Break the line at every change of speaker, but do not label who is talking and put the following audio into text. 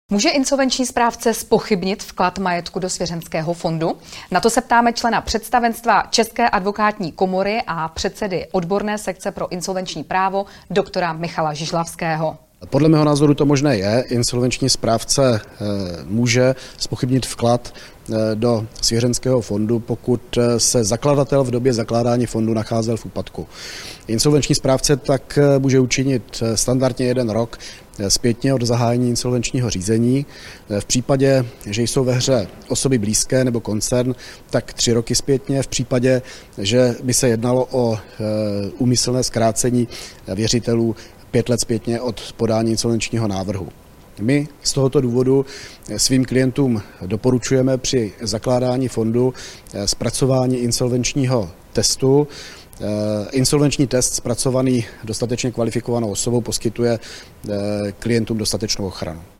Může insolvenční správce zpochybnit vklad majetku do svěřenského fondu? Na to se ptáme člena představenstva České advokátní komory a předsedy odborné sekce pro insolvenční právo doktora Michala Žižlavského.
Podle mého názoru to možné je. Insolvenční správce může zpochybnit vklad do svěřenského fondu, pokud se zakladatel v době zakládání fondu nacházel v úpadku. Insolvenční správce tak může učinit standardně 1 rok zpětně od zahájení insolvenčního řízení. V případě, že jsou ve hře osoby blízké nebo koncern, tak 3 roky zpětně. V případě, že by se jednalo o úmyslné zkrácení věřitelů, 5 let zpětně od podání insolvenčního návrhu. My z tohoto důvodu svým klientům doporučujeme při zakládání fondu zpracování insolvenčního testu. Insolvenční test zpracovaný dostatečně kvalifikovanou osobou poskytuje klientům dostatečnou ochranu.